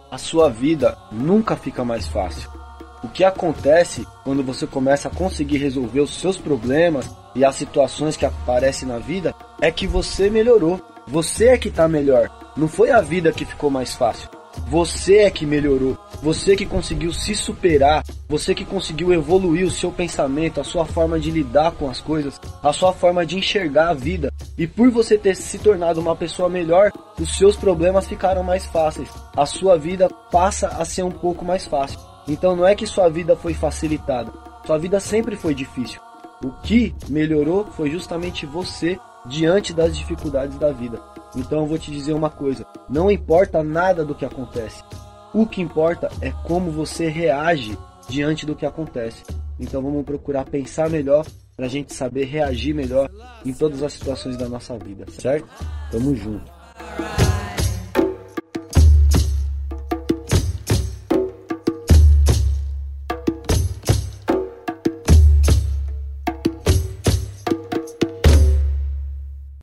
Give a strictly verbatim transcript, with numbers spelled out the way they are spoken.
a sua vida nunca fica mais fácil. O que acontece quando você começa a conseguir resolver os seus problemas e as situações que aparecem na vida é que você melhorou. Você é que está melhor. Não foi a vida que ficou mais fácil. Você é que melhorou. Você que conseguiu se superar. Você que conseguiu evoluir o seu pensamento, a sua forma de lidar com as coisas, a sua forma de enxergar a vida. E por você ter se tornado uma pessoa melhor, os seus problemas ficaram mais fáceis. A sua vida passa a ser um pouco mais fácil. Então não é que sua vida foi facilitada. Sua vida sempre foi difícil. O que melhorou foi justamente você diante das dificuldades da vida. Então eu vou te dizer uma coisa. Não importa nada do que acontece. O que importa é como você reage diante do que acontece. Então vamos procurar pensar melhor para a gente saber reagir melhor em todas as situações da nossa vida, certo? Tamo junto.